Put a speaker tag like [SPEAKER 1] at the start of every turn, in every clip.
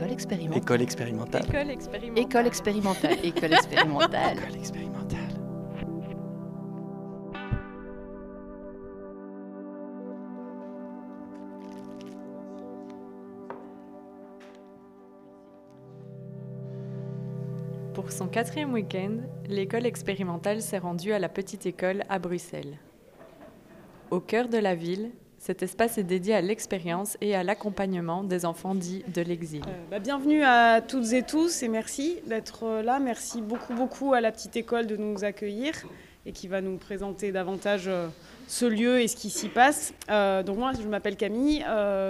[SPEAKER 1] École expérimentale.
[SPEAKER 2] École expérimentale.
[SPEAKER 3] École expérimentale.
[SPEAKER 1] École expérimentale. École expérimentale.
[SPEAKER 2] École expérimentale.
[SPEAKER 3] Pour son 4e week-end, l'école expérimentale s'est rendue à la Petite École à Bruxelles. Au cœur de la ville, cet espace est dédié à l'expérience et à l'accompagnement des enfants dits de l'exil.
[SPEAKER 4] Bienvenue à toutes et tous et merci d'être là. Merci beaucoup à la Petite École de nous accueillir et qui va nous présenter davantage ce lieu et ce qui s'y passe. Donc moi, je m'appelle Camille.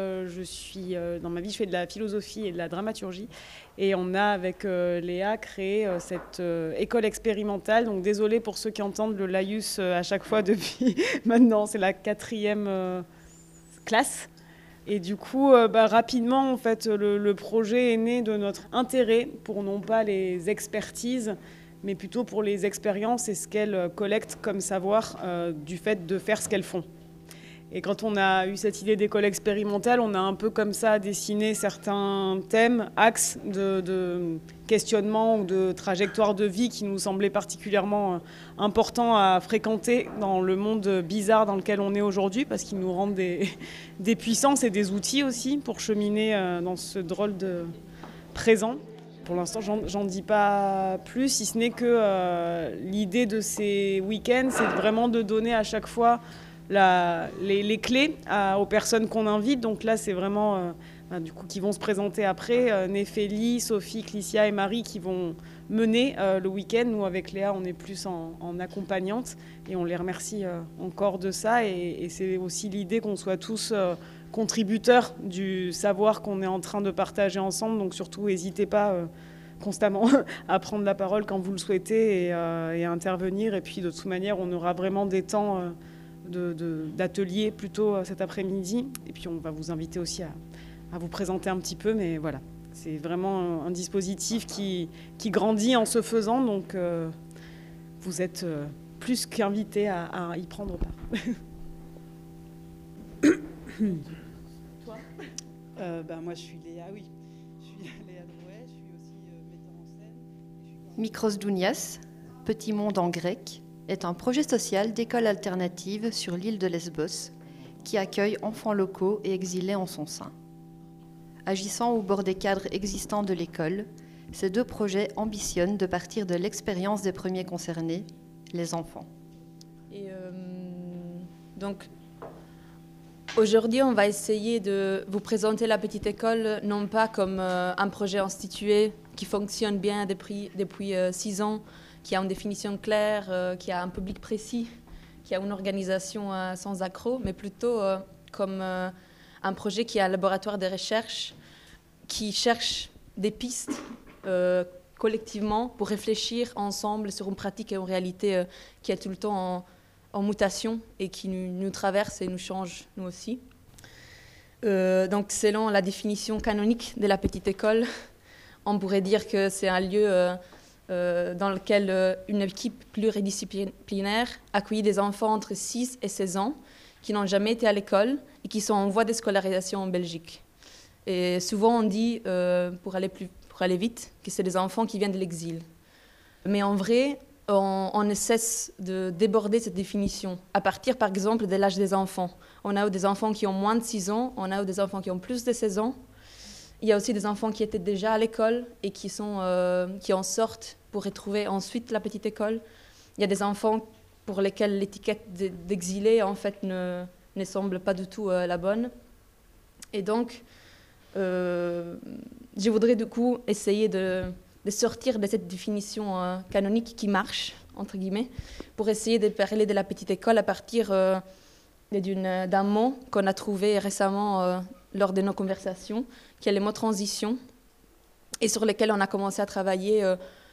[SPEAKER 4] Dans ma vie, je fais de la philosophie et de la dramaturgie. Et on a, avec Léa, créé cette école expérimentale. Donc désolée pour ceux qui entendent le laïus à chaque fois depuis maintenant. C'est la 4e classe. Et du coup, rapidement, en fait, le projet est né de notre intérêt pour non pas les expertises, mais plutôt pour les expériences et ce qu'elles collectent comme savoir du fait de faire ce qu'elles font. Et quand on a eu cette idée d'école expérimentale, on a un peu comme ça dessiné certains thèmes, axes de questionnement ou de trajectoire de vie qui nous semblaient particulièrement importants à fréquenter dans le monde bizarre dans lequel on est aujourd'hui, parce qu'ils nous rendent des puissances et des outils aussi pour cheminer dans ce drôle de présent. Pour l'instant, j'en dis pas plus, si ce n'est que l'idée de ces week-ends, c'est vraiment de donner à chaque fois les clés aux personnes qu'on invite. Donc là, c'est vraiment du coup, qui vont se présenter après. Néphélie, Sophie, Clicia et Marie qui vont mener le week-end. Nous, avec Léa, on est plus en accompagnante et on les remercie encore de ça. Et c'est aussi l'idée qu'on soit tous contributeurs du savoir qu'on est en train de partager ensemble. Donc surtout, n'hésitez pas constamment à prendre la parole quand vous le souhaitez et à intervenir. Et puis de toute manière, on aura vraiment des temps d'atelier plutôt cet après-midi. Et puis on va vous inviter aussi à vous présenter un petit peu. Mais voilà, c'est vraiment un dispositif qui grandit en se faisant. Donc vous êtes plus qu'invités à y prendre part.
[SPEAKER 5] Toi moi, je suis Léa, oui. Je suis Léa Drouet, je suis aussi metteur en scène.
[SPEAKER 1] Mikros Dounias, Petit Monde en grec, est un projet social d'école alternative sur l'île de Lesbos qui accueille enfants locaux et exilés en son sein. Agissant au bord des cadres existants de l'école, ces deux projets ambitionnent de partir de l'expérience des premiers concernés, les enfants.
[SPEAKER 6] Et donc, aujourd'hui, on va essayer de vous présenter la Petite École, non pas comme un projet institué qui fonctionne bien depuis 6 ans, qui a une définition claire, qui a un public précis, qui a une organisation sans accroc, mais plutôt comme un projet qui est un laboratoire de recherche, qui cherche des pistes collectivement pour réfléchir ensemble sur une pratique et une réalité qui est tout le temps en mutation et qui nous traverse et nous change, nous aussi. Donc, selon la définition canonique de la Petite École, on pourrait dire que c'est un lieu dans lequel une équipe pluridisciplinaire accueille des enfants entre 6 et 16 ans qui n'ont jamais été à l'école et qui sont en voie de scolarisation en Belgique. Et souvent, on dit, pour aller vite, que c'est des enfants qui viennent de l'exil. Mais en vrai, on ne cesse de déborder cette définition, à partir, par exemple, de l'âge des enfants. On a des enfants qui ont moins de 6 ans, on a des enfants qui ont plus de 16 ans. Il y a aussi des enfants qui étaient déjà à l'école et qui en sortent pour retrouver ensuite la Petite École. Il y a des enfants pour lesquels l'étiquette d'exilé, en fait, ne semble pas du tout la bonne. Et donc, je voudrais du coup essayer de sortir de cette définition canonique qui marche, entre guillemets, pour essayer de parler de la Petite École à partir d'un mot qu'on a trouvé récemment lors de nos conversations, qui est le mot transition, et sur lequel on a commencé à travailler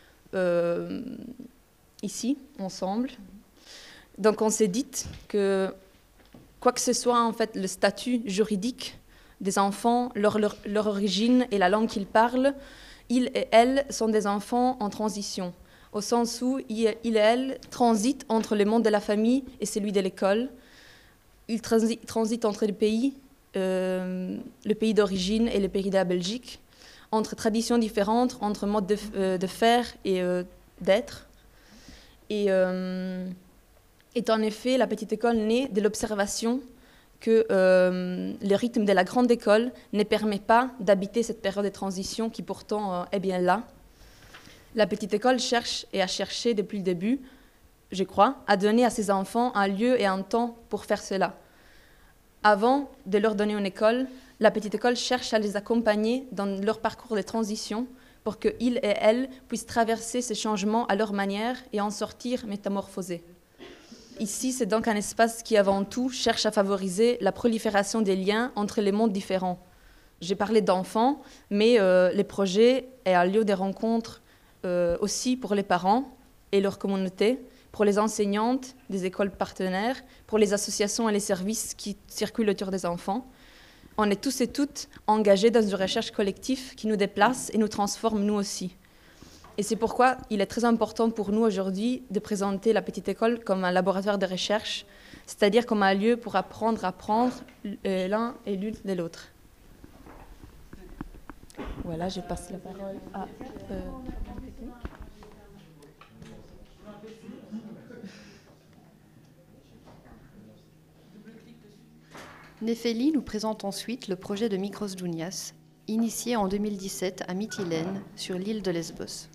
[SPEAKER 6] ici, ensemble. Donc on s'est dit que quoi que ce soit, en fait, le statut juridique des enfants, leur origine et la langue qu'ils parlent, ils et elles sont des enfants en transition, au sens où ils et elles transitent entre le monde de la famille et celui de l'école. Ils transitent entre les pays, le pays d'origine et le pays de la Belgique, entre traditions différentes, entre modes de faire et d'être. Et est en effet la petite école née de l'observation que le rythme de la grande école ne permet pas d'habiter cette période de transition qui pourtant est bien là. La petite école cherche et a cherché depuis le début, je crois, à donner à ses enfants un lieu et un temps pour faire cela. Avant de leur donner une école, la petite école cherche à les accompagner dans leur parcours de transition pour qu'ils et elles puissent traverser ces changements à leur manière et en sortir métamorphosés. Ici, c'est donc un espace qui, avant tout, cherche à favoriser la prolifération des liens entre les mondes différents. J'ai parlé d'enfants, mais les projets est un lieu de rencontre aussi pour les parents et leur communauté, pour les enseignantes des écoles partenaires, pour les associations et les services qui circulent autour des enfants. On est tous et toutes engagés dans une recherche collective qui nous déplace et nous transforme nous aussi. Et c'est pourquoi il est très important pour nous aujourd'hui de présenter la petite école comme un laboratoire de recherche, c'est-à-dire comme un lieu pour apprendre à apprendre l'un et l'une de l'autre. Voilà, je passe la parole à...
[SPEAKER 1] Nefeli nous présente ensuite le projet de Mikros Dounias, initié en 2017 à Mytilène, sur l'île de Lesbos.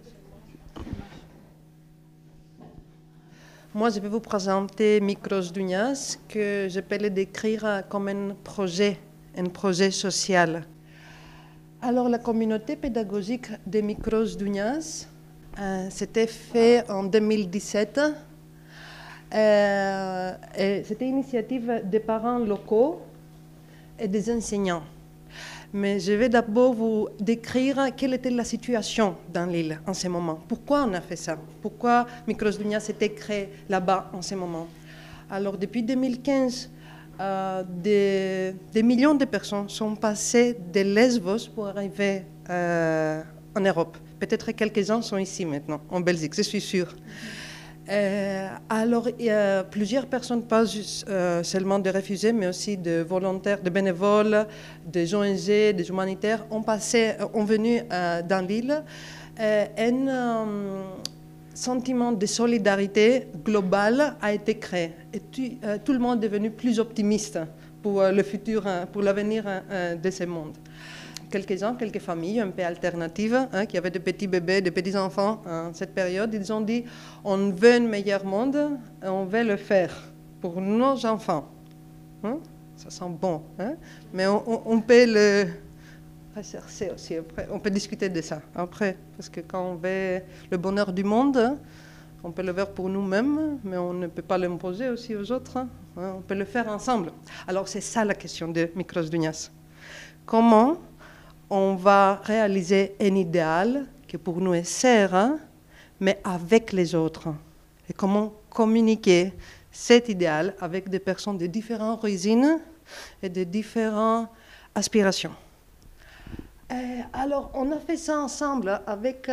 [SPEAKER 2] Moi, je vais vous présenter Mikros Dounias, que je peux le décrire comme un projet social. Alors, la communauté pédagogique de Mikros Dounias, c'était fait en 2017. C'était une initiative des parents locaux et des enseignants. Mais je vais d'abord vous décrire quelle était la situation dans l'île en ce moment. Pourquoi on a fait ça? Pourquoi Mikros Dounias s'était créé là-bas en ce moment? Alors, depuis 2015, des millions de personnes sont passées de Lesbos pour arriver en Europe. Peut-être quelques-uns sont ici maintenant, en Belgique, je suis sûre. Alors, plusieurs personnes, pas seulement des réfugiés, mais aussi de volontaires, de bénévoles, des ONG, des humanitaires, ont venu dans l'île. Un sentiment de solidarité globale a été créé. Et tout le monde est devenu plus optimiste pour le futur, pour l'avenir de ce monde. Quelques familles un peu alternatives, qui avaient des petits bébés, des petits-enfants en cette période, ils ont dit « on veut un meilleur monde, on veut le faire pour nos enfants ». Ça sent bon, mais on peut le rechercher aussi après. On peut discuter de ça après, parce que quand on veut le bonheur du monde, on peut le faire pour nous-mêmes, mais on ne peut pas l'imposer aussi aux autres. On peut le faire ensemble. Alors c'est ça la question de Mikros Dounias. Comment on va réaliser un idéal qui pour nous est cher, mais avec les autres. Et comment communiquer cet idéal avec des personnes de différentes origines et de différentes aspirations. Alors, on a fait ça ensemble avec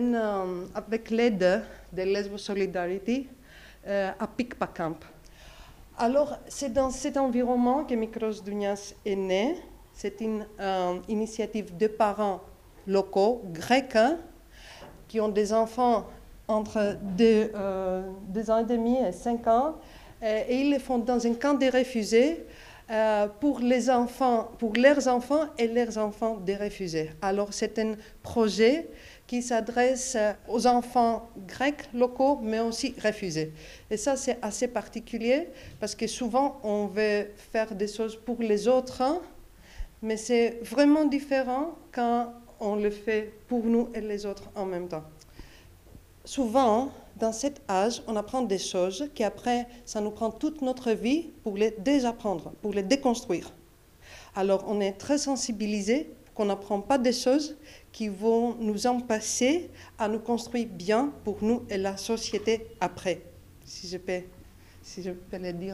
[SPEAKER 2] l'aide de Lesbos Solidarity à Pikpa Camp. Alors, c'est dans cet environnement que Mikros Dounias est né. C'est une initiative de parents locaux, grecs, qui ont des enfants entre 2 ans et demi et 5 ans, et ils les font dans un camp de réfugiés pour leurs enfants et leurs enfants des réfugiés. Alors c'est un projet qui s'adresse aux enfants grecs locaux, mais aussi réfugiés. Et ça, c'est assez particulier, parce que souvent, on veut faire des choses pour les autres, mais c'est vraiment différent quand on le fait pour nous et les autres en même temps. Souvent, dans cet âge, on apprend des choses qui après, ça nous prend toute notre vie pour les désapprendre, pour les déconstruire. Alors, on est très sensibilisé qu'on n'apprend pas des choses qui vont nous empêcher à nous construire bien pour nous et la société après, si je peux le dire.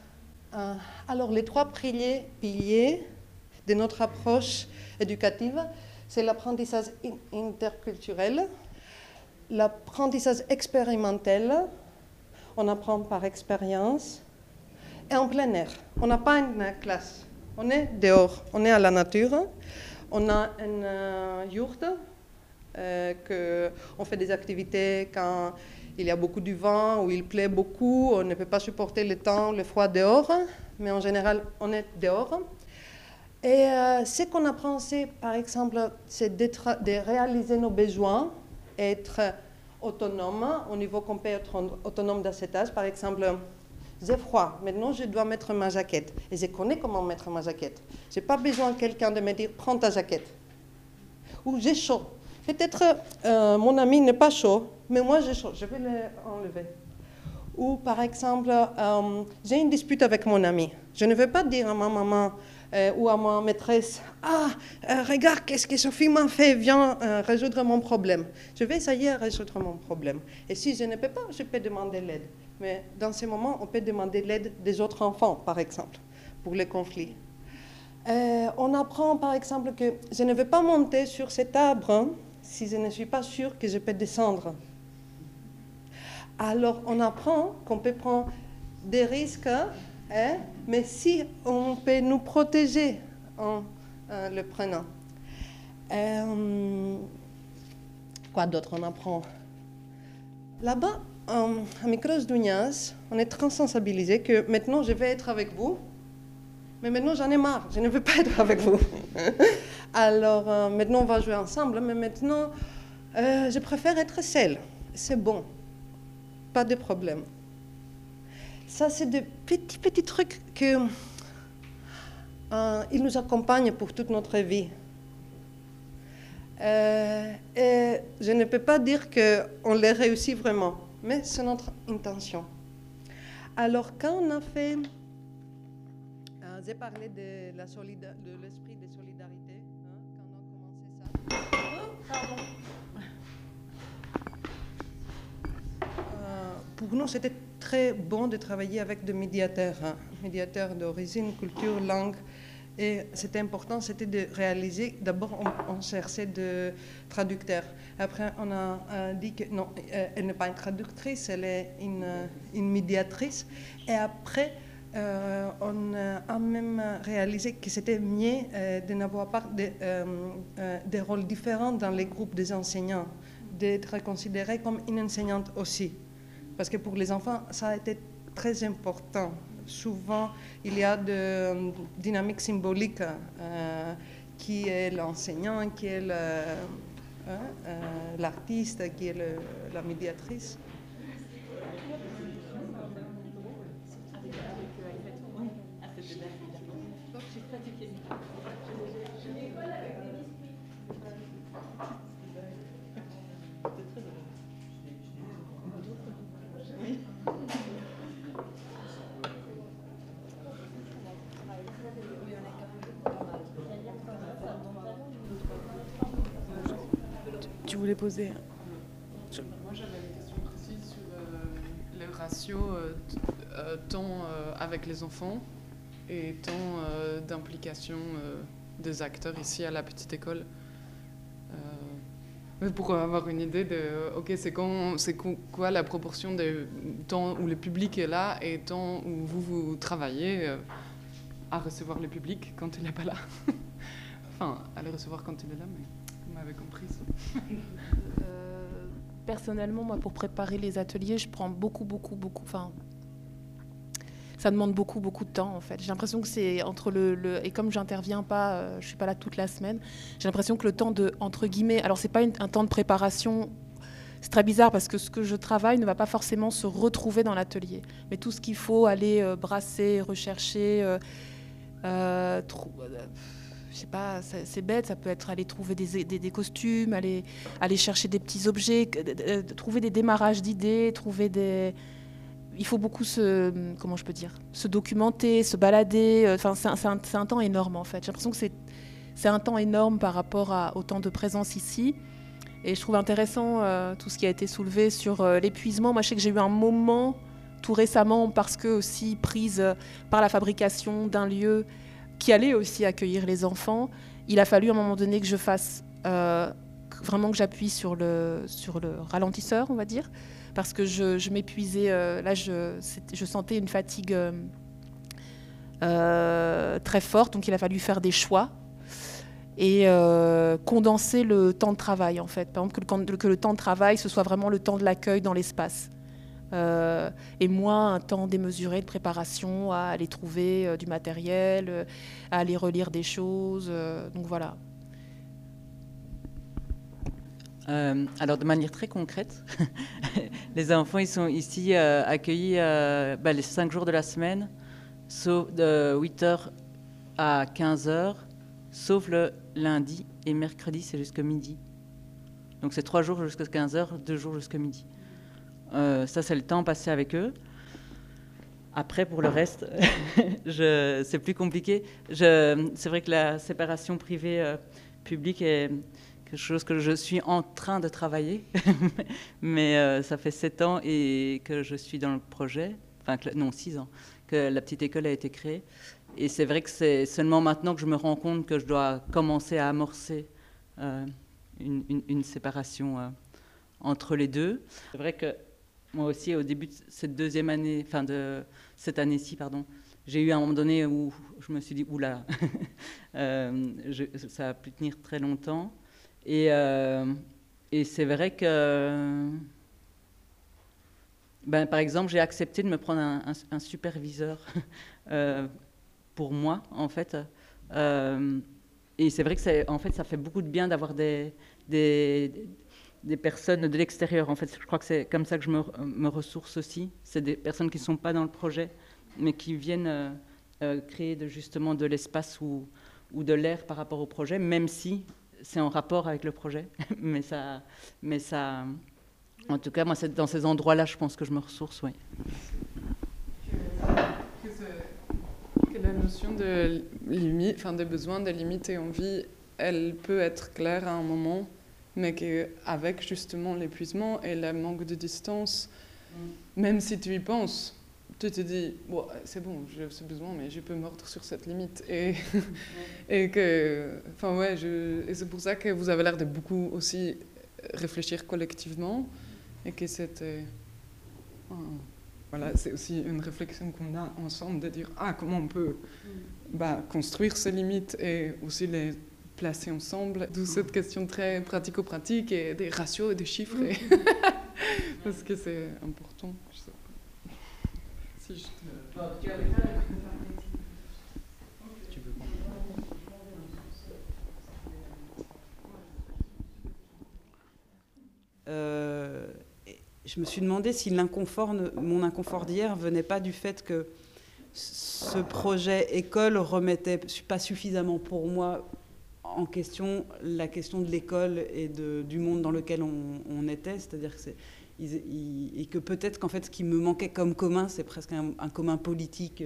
[SPEAKER 2] Alors, les 3 piliers de notre approche éducative, c'est l'apprentissage interculturel, l'apprentissage expérimental, on apprend par expérience, et en plein air. On n'a pas une classe, on est dehors, on est à la nature, On a une yourte, on fait des activités quand il y a beaucoup du vent ou il pleut beaucoup, on ne peut pas supporter le temps, le froid dehors, mais en général, on est dehors. Et ce qu'on apprend, c'est, par exemple, c'est de réaliser nos besoins, être autonome, au niveau qu'on peut être autonome dans cet âge. Par exemple, j'ai froid, maintenant je dois mettre ma jaquette. Et je connais comment mettre ma jaquette. Je n'ai pas besoin de quelqu'un de me dire, prends ta jaquette. Ou j'ai chaud. Peut-être mon ami n'est pas chaud, mais moi j'ai chaud, je vais l'enlever. Ou par exemple, j'ai une dispute avec mon ami. Je ne vais pas dire à ma maman ou à ma maîtresse, « Ah, regarde, qu'est-ce que Sophie m'a fait, viens résoudre mon problème. » Je vais essayer de résoudre mon problème. Et si je ne peux pas, je peux demander l'aide. Mais dans ces moments, on peut demander l'aide des autres enfants, par exemple, pour les conflits. On apprend, par exemple, que je ne vais pas monter sur cet arbre si je ne suis pas sûre que je peux descendre. Alors, on apprend qu'on peut prendre des risques, mais si on peut nous protéger en le prenant. Quoi d'autre on apprend? Là-bas, à Micros Dounias, on est très sensibilisé que maintenant je vais être avec vous, mais maintenant j'en ai marre, je ne veux pas être avec vous. Alors maintenant on va jouer ensemble, mais maintenant je préfère être seule. C'est bon, pas de problème. Ça, c'est des petits trucs qu'ils nous accompagnent pour toute notre vie. Et je ne peux pas dire qu'on les réussit vraiment, mais c'est notre intention. Alors, quand on a fait... j'ai parlé de l'esprit de solidarité, quand on a commencé ça. Pardon. Pour nous, c'était très bon de travailler avec des médiateurs, médiateurs d'origine, culture, langue. Et c'était important, c'était de réaliser, d'abord on cherchait des traducteurs. Après on a dit que non, elle n'est pas une traductrice, elle est une médiatrice. Et après on a même réalisé que c'était mieux de n'avoir pas des rôles différents dans les groupes des enseignants, d'être considérée comme une enseignante aussi. Parce que pour les enfants, ça a été très important. Souvent, il y a de dynamiques symboliques qui est l'enseignant, qui est l'artiste, qui est la médiatrice.
[SPEAKER 4] Tu voulais poser?
[SPEAKER 3] Moi, j'avais une question précise sur le ratio temps avec les enfants et temps d'implication des acteurs ici à la petite école. Pour avoir une idée de, ok, c'est quoi la proportion de temps où le public est là et temps où vous travaillez à recevoir le public quand il n'est pas là. Enfin, à le recevoir quand il est là, mais vous m'avez compris ça.
[SPEAKER 7] Personnellement, moi, pour préparer les ateliers, je prends beaucoup, enfin, ça demande beaucoup de temps, en fait. J'ai l'impression que c'est entre et comme j'interviens pas, je suis pas là toute la semaine, j'ai l'impression que le temps de, entre guillemets, alors c'est pas un temps de préparation, c'est très bizarre parce que ce que je travaille ne va pas forcément se retrouver dans l'atelier, mais tout ce qu'il faut aller brasser, rechercher, je sais pas, c'est bête, ça peut être aller trouver des costumes, aller chercher des petits objets, trouver des démarrages d'idées, il faut beaucoup se documenter, se balader. Enfin, c'est un temps énorme en fait. J'ai l'impression que c'est un temps énorme par rapport au temps de présence ici. Et je trouve intéressant tout ce qui a été soulevé sur l'épuisement. Moi, je sais que j'ai eu un moment tout récemment parce que aussi prise par la fabrication d'un lieu qui allait aussi accueillir les enfants. Il a fallu à un moment donné que je fasse vraiment que j'appuie sur le ralentisseur, on va dire, parce que je m'épuisais. Là, je sentais une fatigue très forte, donc il a fallu faire des choix. et condenser le temps de travail en fait. Par exemple que le temps de travail ce soit vraiment le temps de l'accueil dans l'espace et moins un temps démesuré de préparation à aller trouver du matériel, à aller relire des choses. Donc voilà.
[SPEAKER 8] Alors de manière très concrète, les enfants ils sont ici accueillis les 5 jours de la semaine, sauf de 8h à 15h, sauf le lundi et mercredi c'est jusqu'à midi. Donc c'est 3 jours jusqu'à 15h, 2 jours jusqu'à midi. Ça c'est le temps passé avec eux. Après pour le reste, c'est plus compliqué. C'est vrai que la séparation privée-publique est quelque chose que je suis en train de travailler, mais ça fait 7 ans et que je suis dans le projet, enfin non 6 ans, que la petite école a été créée. Et c'est vrai que c'est seulement maintenant que je me rends compte que je dois commencer à amorcer une séparation entre les deux. C'est vrai que moi aussi, au début de cette deuxième année, enfin de cette année-ci, pardon, j'ai eu un moment donné où je me suis dit, oula, ça va plus tenir très longtemps. Et c'est vrai que, par exemple, j'ai accepté de me prendre un superviseur pour moi, en fait. Et c'est vrai que en fait, ça fait beaucoup de bien d'avoir des personnes de l'extérieur. En fait, je crois que c'est comme ça que je me ressource aussi. C'est des personnes qui ne sont pas dans le projet, mais qui viennent créer justement de l'espace ou de l'air par rapport au projet, même si c'est en rapport avec le projet, mais ça, en tout cas, moi, c'est dans ces endroits-là, je pense que je me ressource, oui.
[SPEAKER 9] Que la notion de limite, enfin de besoin, de limite et envie, elle peut être claire à un moment, mais qu'avec justement l'épuisement et le manque de distance, même si tu y penses, tu te dis, bon, c'est bon, j'ai ce besoin, mais je peux mordre sur cette limite. Et que, enfin ouais, et c'est pour ça que vous avez l'air de beaucoup aussi réfléchir collectivement, et que c'était, voilà, c'est aussi une réflexion qu'on a ensemble de dire, comment on peut construire ces limites et aussi les placer ensemble. D'où cette question très pratico-pratique et des ratios et des chiffres, parce que c'est important. Je sais pas.
[SPEAKER 5] Je me suis demandé si mon inconfort d'hier venait pas du fait que ce projet école remettait pas suffisamment pour moi en question la question de l'école et du monde dans lequel on était, c'est-à-dire que et que peut-être qu'en fait ce qui me manquait comme commun, c'est presque un commun politique,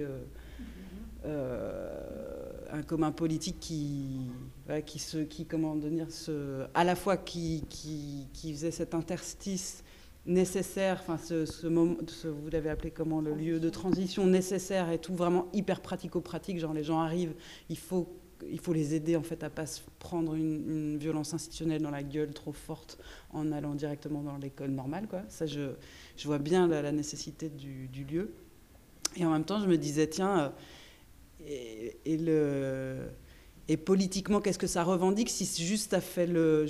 [SPEAKER 5] un commun politique qui comment dire, à la fois qui faisait cet interstice nécessaire, enfin vous l'avez appelé comment, le lieu de transition nécessaire et tout, vraiment hyper pratico-pratique, genre les gens arrivent, il faut les aider en fait à pas se prendre une violence institutionnelle dans la gueule trop forte en allant directement dans l'école normale, quoi. Ça, je vois bien la nécessité du lieu. Et en même temps, je me disais, tiens, et politiquement, qu'est-ce que ça revendique si juste ça fait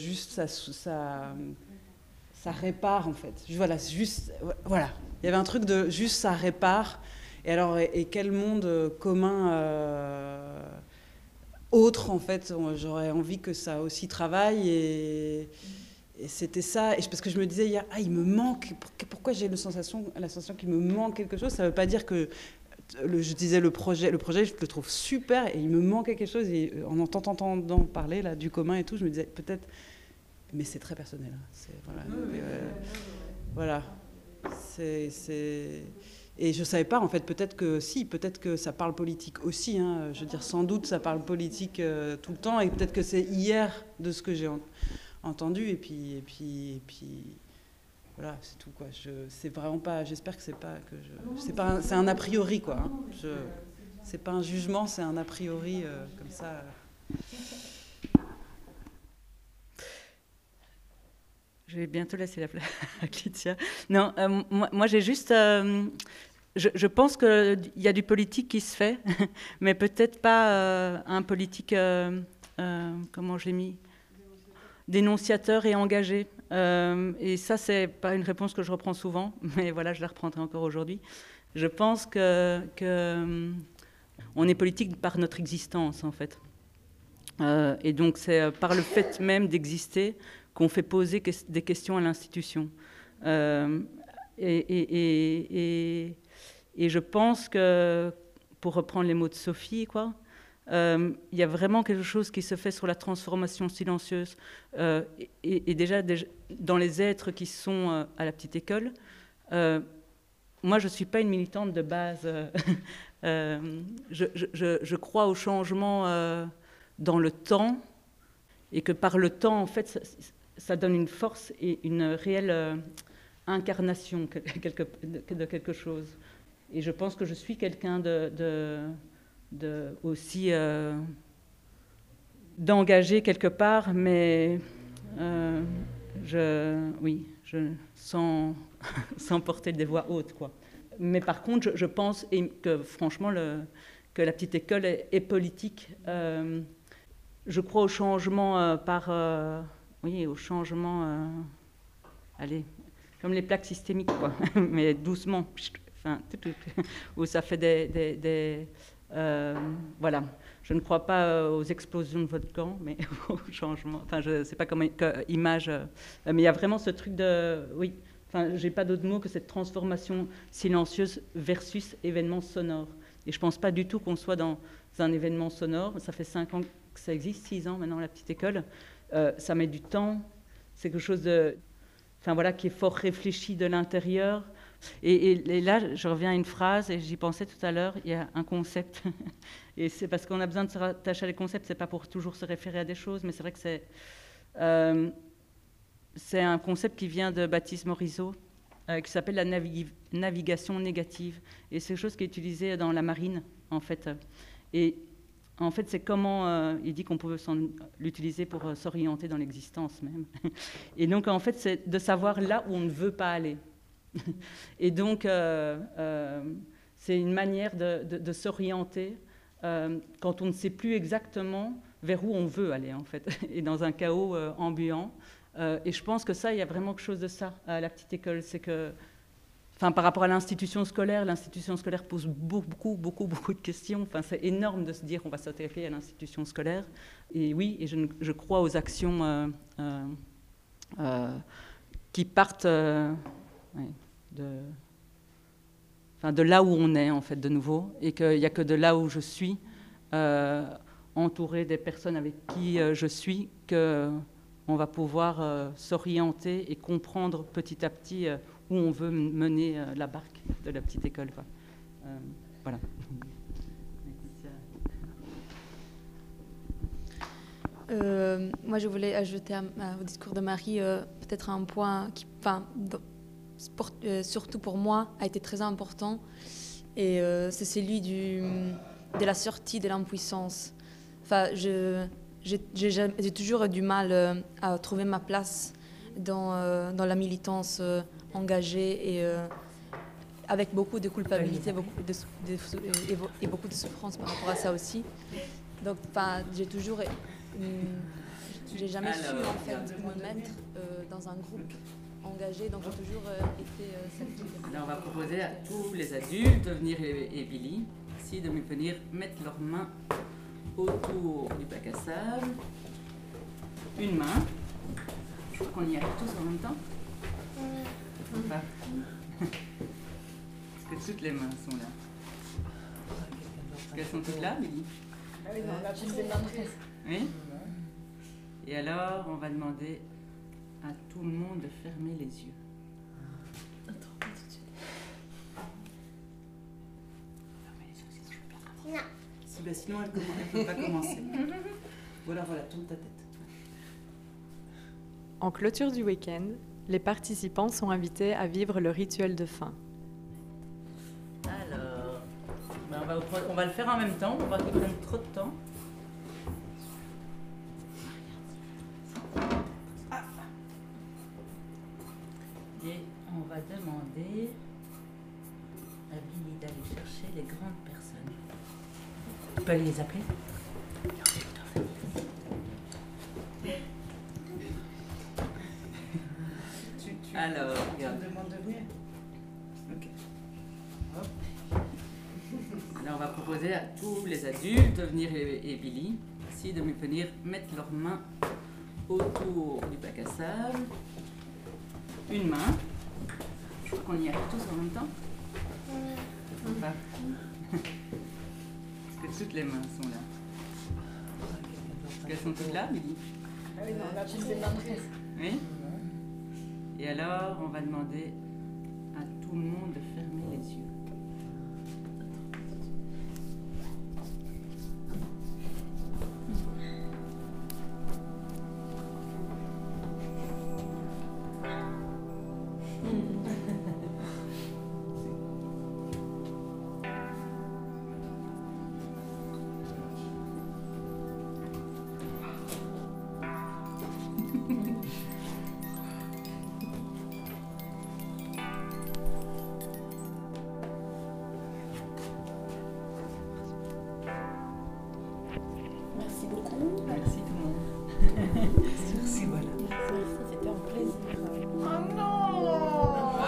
[SPEAKER 5] ça répare en fait. Voilà, voilà. Il y avait un truc de juste ça répare. Et alors, et quel monde commun autre, en fait, j'aurais envie que ça aussi travaille, et c'était ça. Et parce que je me disais hier, il me manque, pourquoi j'ai la sensation qu'il me manque quelque chose. Ça ne veut pas dire que, je disais le projet, je le trouve super, et il me manquait quelque chose, et en t'entendant parler là, du commun et tout, je me disais peut-être, mais c'est très personnel. Voilà. Et je ne savais pas, en fait, peut-être que ça parle politique aussi. Hein. Je veux dire, sans doute, ça parle politique tout le temps, et peut-être que c'est hier de ce que j'ai entendu, et puis voilà, c'est tout, quoi. C'est vraiment pas, j'espère que c'est un a priori, quoi. Hein. C'est pas un jugement, c'est un a priori, comme ça.
[SPEAKER 8] Je vais bientôt laisser la place à Clytia. Non, moi j'ai juste... je pense qu'il y a du politique qui se fait, mais peut-être pas un politique
[SPEAKER 10] comment je l'ai mis, dénonciateur et engagé. Et ça, c'est pas une réponse que je reprends souvent, mais voilà, je la reprendrai encore aujourd'hui. Je pense que on est politique par notre existence, en fait. Et donc, c'est par le fait même d'exister qu'on fait poser des questions à l'institution. Et je pense que, pour reprendre les mots de Sophie, quoi, il y a vraiment quelque chose qui se fait sur la transformation silencieuse. Et déjà, dans les êtres qui sont à la petite école, moi, je ne suis pas une militante de base. Je crois au changement dans le temps, et que par le temps, en fait, ça donne une force et une réelle incarnation de quelque chose. Et je pense que je suis quelqu'un aussi d'engagé quelque part, mais sans porter des voix hautes, quoi. Mais par contre, je pense que franchement, que la petite école est politique. Je crois au changement au changement, allez, comme les plaques systémiques, quoi, mais doucement, enfin, où ça fait voilà. Je ne crois pas aux explosions de volcans, mais au changement. Enfin, je ne sais pas comment image, mais il y a vraiment ce truc de, oui. Enfin, j'ai pas d'autre mot que cette transformation silencieuse versus événement sonore. Et je pense pas du tout qu'on soit dans un événement sonore. Ça fait 5 ans que ça existe, 6 ans maintenant, la petite école. Ça met du temps. C'est quelque chose qui est fort réfléchi de l'intérieur. Et là, je reviens à une phrase, et j'y pensais tout à l'heure, il y a un concept. Et c'est parce qu'on a besoin de se rattacher à des concepts, c'est pas pour toujours se référer à des choses, mais c'est vrai que c'est un concept qui vient de Baptiste Morisot, qui s'appelle la navigation négative. Et c'est quelque chose qui est utilisé dans la marine, en fait. Et en fait, c'est comment il dit qu'on peut l'utiliser pour s'orienter dans l'existence même. Et donc, en fait, c'est de savoir là où on ne veut pas aller. Et donc, c'est une manière de s'orienter quand on ne sait plus exactement vers où on veut aller, en fait, et dans un chaos ambiant. Et je pense que ça, il y a vraiment quelque chose de ça à la petite école. C'est que, par rapport à l'institution scolaire pose beaucoup de questions. Enfin, c'est énorme de se dire qu'on va s'attaquer à l'institution scolaire. Et oui, et je crois aux actions qui partent de là où on est, en fait, de nouveau. Et qu'il n'y a que de là où je suis, entourée des personnes avec qui je suis, qu'on va pouvoir s'orienter et comprendre petit à petit où on veut mener la barque de la petite école, quoi. Voilà.
[SPEAKER 6] Moi, je voulais ajouter au discours de Marie peut-être un point qui, surtout pour moi, a été très important. Et c'est celui de la sortie de l'impuissance. Enfin, j'ai toujours eu du mal à trouver ma place dans la militance engagée et avec beaucoup de culpabilité et beaucoup de souffrance par rapport à ça aussi. Donc, j'ai jamais su en fait me mettre dans un groupe engagé, donc j'ai toujours été celle qui...
[SPEAKER 10] Là, on va proposer à tous les adultes de venir, et Billy, ici, de venir mettre leurs mains autour du bac à sable. Une main. Je crois qu'on y arrive tous en même temps. Est-ce que toutes les mains sont là? Est-ce qu'elles sont toutes là, Billy?
[SPEAKER 6] Ah oui, non, là, je sais pas.
[SPEAKER 10] Oui. Et alors, on va demander à tout le monde de fermer les yeux.
[SPEAKER 11] Attends, pas tout de suite. Fermez les yeux, sinon je peux pas travailler. Non.
[SPEAKER 10] Sinon, elle ne peut pas commencer. Voilà, tourne ta tête.
[SPEAKER 3] En clôture du week-end, les participants sont invités à vivre le rituel de fin.
[SPEAKER 10] Alors, on va le faire en même temps, on va pas prendre trop de temps. Et on va demander à Billy d'aller chercher les grandes personnes. Tu peux aller les appeler?
[SPEAKER 8] Alors, regarde.
[SPEAKER 5] demande de venir.
[SPEAKER 8] Ok. Hop. Alors, on va proposer à tous les adultes de venir et Billy ici de venir mettre leurs mains autour du bac à sable. Une main. Je crois qu'on y arrive tous en même temps. Enfin, est-ce que toutes les mains sont là? Est-ce qu'elles sont toutes là, Billy?
[SPEAKER 6] Ah oui, non, on a plus des mains prises.
[SPEAKER 8] Oui. Et alors, on va demander à tout le monde de fermer les yeux.
[SPEAKER 6] Merci beaucoup.
[SPEAKER 8] Merci tout le monde.
[SPEAKER 5] Merci, voilà.
[SPEAKER 6] Merci, c'était un plaisir.
[SPEAKER 2] Oh non!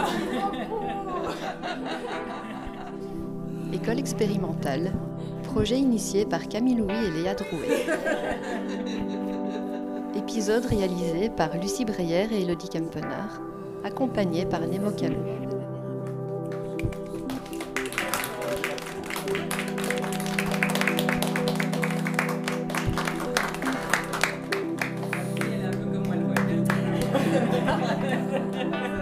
[SPEAKER 1] École expérimentale, projet initié par Camille Louis et Léa Drouet. Épisode réalisé par Lucie Breyer et Elodie Kempener, accompagné par Nemo Calou.
[SPEAKER 8] Elle est un peu comme moi, le